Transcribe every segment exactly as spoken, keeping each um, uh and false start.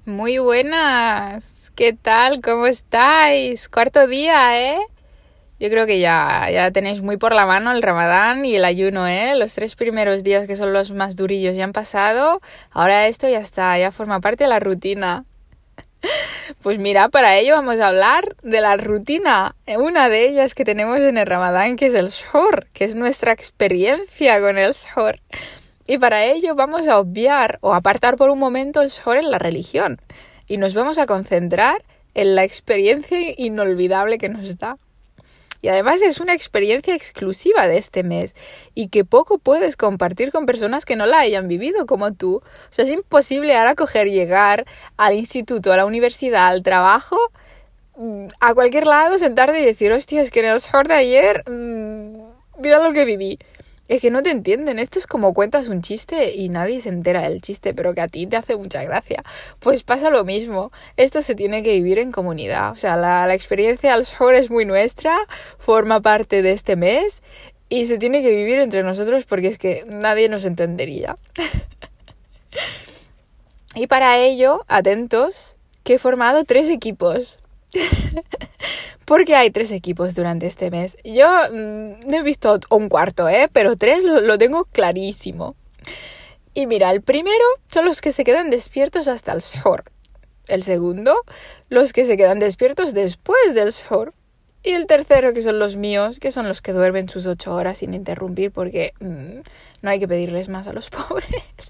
Muy buenas, ¿qué tal? ¿Cómo estáis? Cuarto día, ¿eh? Yo creo que ya, ya tenéis muy por la mano el Ramadán y el ayuno, ¿eh? Los tres primeros días que son los más durillos ya han pasado, ahora esto ya está, ya forma parte de la rutina. Pues mira, para ello vamos a hablar de la rutina, una de ellas que tenemos en el Ramadán, que es el Suhoor, que es nuestra experiencia con el Suhoor. Y para ello vamos a obviar o apartar por un momento el Suhoor en la religión y nos vamos a concentrar en la experiencia inolvidable que nos da. Y además es una experiencia exclusiva de este mes y que poco puedes compartir con personas que no la hayan vivido como tú. O sea, es imposible ahora coger, llegar al instituto, a la universidad, al trabajo, a cualquier lado, sentarte y decir, hostia, es que en el Suhoor de ayer, mmm, mira lo que viví. Es que no te entienden, esto es como cuentas un chiste y nadie se entera del chiste, pero que a ti te hace mucha gracia. Pues pasa lo mismo, esto se tiene que vivir en comunidad, o sea, la, la experiencia al Suhoor es muy nuestra, forma parte de este mes y se tiene que vivir entre nosotros porque es que nadie nos entendería. Y para ello, atentos, que he formado tres equipos. Porque hay tres equipos durante este mes. Yo mmm, no he visto un cuarto, ¿eh? Pero tres lo, lo tengo clarísimo. Y mira, el primero son los que se quedan despiertos hasta el Suhoor. El segundo, los que se quedan despiertos después del Suhoor. Y el tercero, que son los míos, que son los que duermen sus ocho horas sin interrumpir, porque mmm, no hay que pedirles más a los pobres.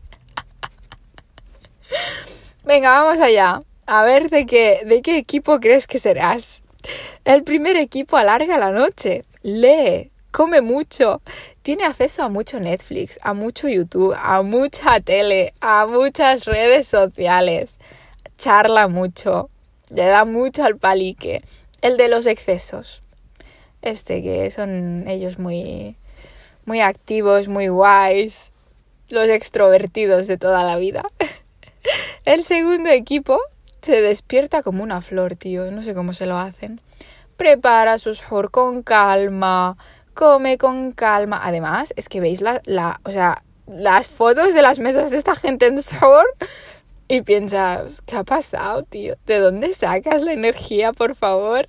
Venga, vamos allá. A ver de qué, de qué equipo crees que serás. El primer equipo alarga la noche, lee, come mucho, tiene acceso a mucho Netflix, a mucho YouTube, a mucha tele, a muchas redes sociales, charla mucho, le da mucho al palique. El de los excesos, este que son ellos muy, muy activos, muy guays, los extrovertidos de toda la vida. El segundo equipo se despierta como una flor, tío, no sé cómo se lo hacen. Prepara su Suhoor con calma, come con calma. Además, es que veis la, la, o sea, las fotos de las mesas de esta gente en Suhoor y piensas, ¿qué ha pasado, tío? ¿De dónde sacas la energía, por favor?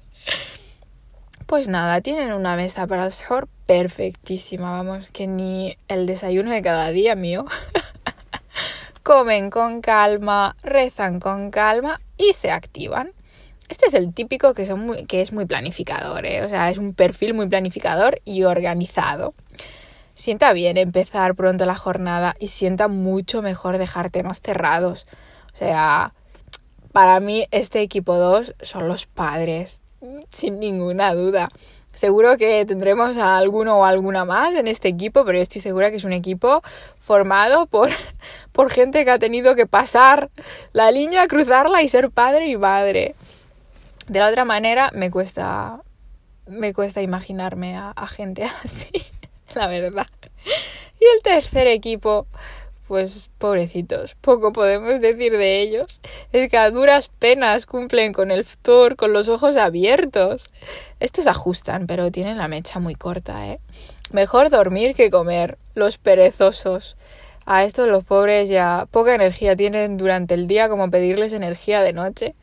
Pues nada, tienen una mesa para el Suhoor perfectísima, vamos, que ni el desayuno de cada día mío. Comen con calma, rezan con calma y se activan. Este es el típico que, son muy, que es muy planificador, ¿eh? O sea, es un perfil muy planificador y organizado. Sienta bien empezar pronto la jornada y sienta mucho mejor dejar temas cerrados. O sea, para mí este equipo dos son los padres, sin ninguna duda. Seguro que tendremos a alguno o alguna más en este equipo, pero yo estoy segura que es un equipo formado por, por gente que ha tenido que pasar la línea, cruzarla y ser padre y madre. De la otra manera me cuesta, me cuesta imaginarme a, a gente así, la verdad. Y el tercer equipo, pues pobrecitos, poco podemos decir de ellos. Es que a duras penas cumplen con el iftar con los ojos abiertos. Estos ajustan, pero tienen la mecha muy corta, ¿eh? Mejor dormir que comer, los perezosos. A estos los pobres ya poca energía tienen durante el día como pedirles energía de noche.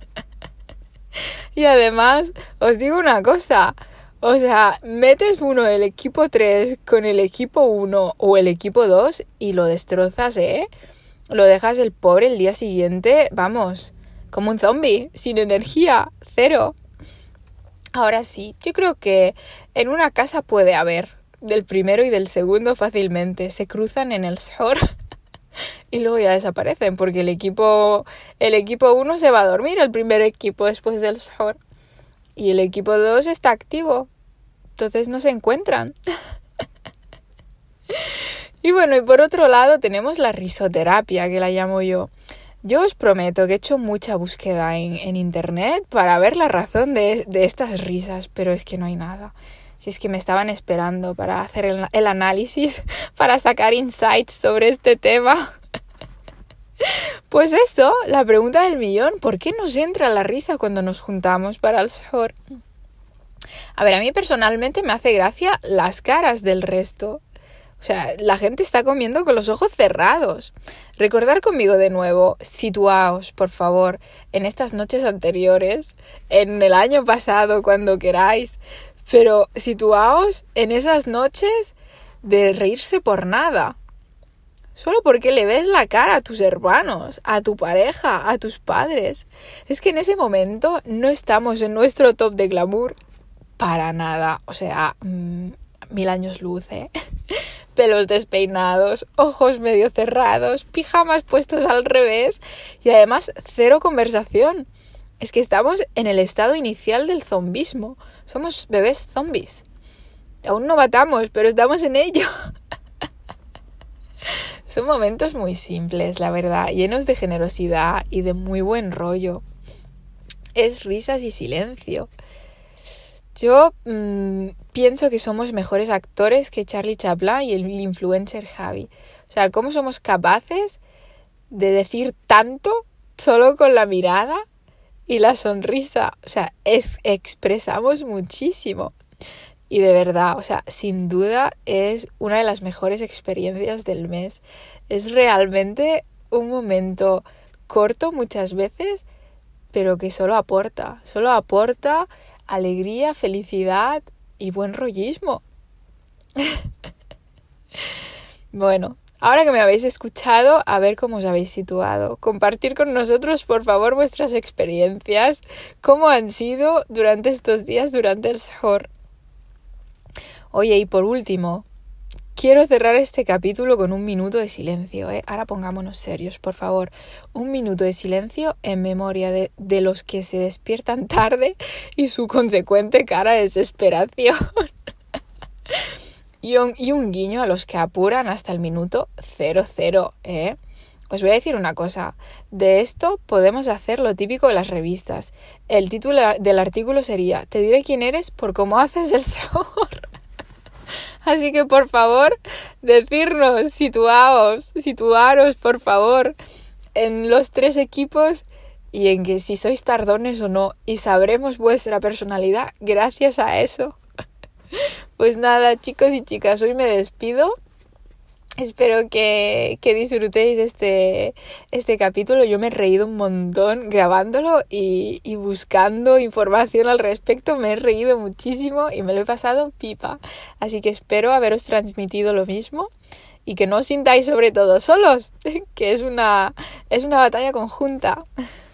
Y además, os digo una cosa, o sea, metes uno del equipo tres con el equipo uno o el equipo dos y lo destrozas, ¿eh? Lo dejas el pobre el día siguiente, vamos, como un zombie, sin energía, cero. Ahora sí, yo creo que en una casa puede haber del primero y del segundo fácilmente, se cruzan en el Suhoor. Y luego ya desaparecen porque el equipo el equipo uno se va a dormir, el primer equipo después del Suhoor. Y el equipo dos está activo. Entonces no se encuentran. Y bueno, y por otro lado tenemos la risoterapia, que la llamo yo. Yo os prometo que he hecho mucha búsqueda en, en internet para ver la razón de, de estas risas, pero es que no hay nada. Si es que me estaban esperando para hacer el, el análisis, para sacar insights sobre este tema. Pues eso, la pregunta del millón, ¿por qué nos entra la risa cuando nos juntamos para el Suhoor? A ver, a mí personalmente me hace gracia las caras del resto. O sea, la gente está comiendo con los ojos cerrados. Recordar conmigo de nuevo, situaos, por favor, en estas noches anteriores, en el año pasado, cuando queráis, pero situaos en esas noches de reírse por nada. Solo porque le ves la cara a tus hermanos, a tu pareja, a tus padres. Es que en ese momento no estamos en nuestro top de glamour para nada. O sea, mmm, mil años luz, ¿eh? Pelos despeinados, ojos medio cerrados, pijamas puestos al revés y además cero conversación. Es que estamos en el estado inicial del zombismo. Somos bebés zombies. Aún no matamos, pero estamos en ello. Son momentos muy simples, la verdad, llenos de generosidad y de muy buen rollo. Es risas y silencio. Yo mmm, pienso que somos mejores actores que Charlie Chaplin y el influencer Javi. O sea, ¿cómo somos capaces de decir tanto solo con la mirada y la sonrisa? O sea, es, expresamos muchísimo. Y de verdad, o sea, sin duda es una de las mejores experiencias del mes. Es realmente un momento corto muchas veces, pero que solo aporta, solo aporta alegría, felicidad y buen rollismo. Bueno, ahora que me habéis escuchado, a ver cómo os habéis situado. Compartir con nosotros, por favor, vuestras experiencias, cómo han sido durante estos días, durante el Sahur. Oye, y por último, quiero cerrar este capítulo con un minuto de silencio, ¿eh? Ahora pongámonos serios, por favor. Un minuto de silencio en memoria de, de los que se despiertan tarde y su consecuente cara de desesperación. y, un, y un guiño a los que apuran hasta el minuto cero cero, ¿eh? Os voy a decir una cosa. De esto podemos hacer lo típico de las revistas. El título del artículo sería: te diré quién eres por cómo haces el sahur. Así que, por favor, decirnos, situaos, situaros, por favor, en los tres equipos y en que si sois tardones o no, y sabremos vuestra personalidad gracias a eso. Pues nada, chicos y chicas, hoy me despido. Espero que, que disfrutéis este, este capítulo. Yo me he reído un montón grabándolo y, y buscando información al respecto. Me he reído muchísimo y me lo he pasado pipa. Así que espero haberos transmitido lo mismo y que no os sintáis sobre todo solos, que es una, es una batalla conjunta.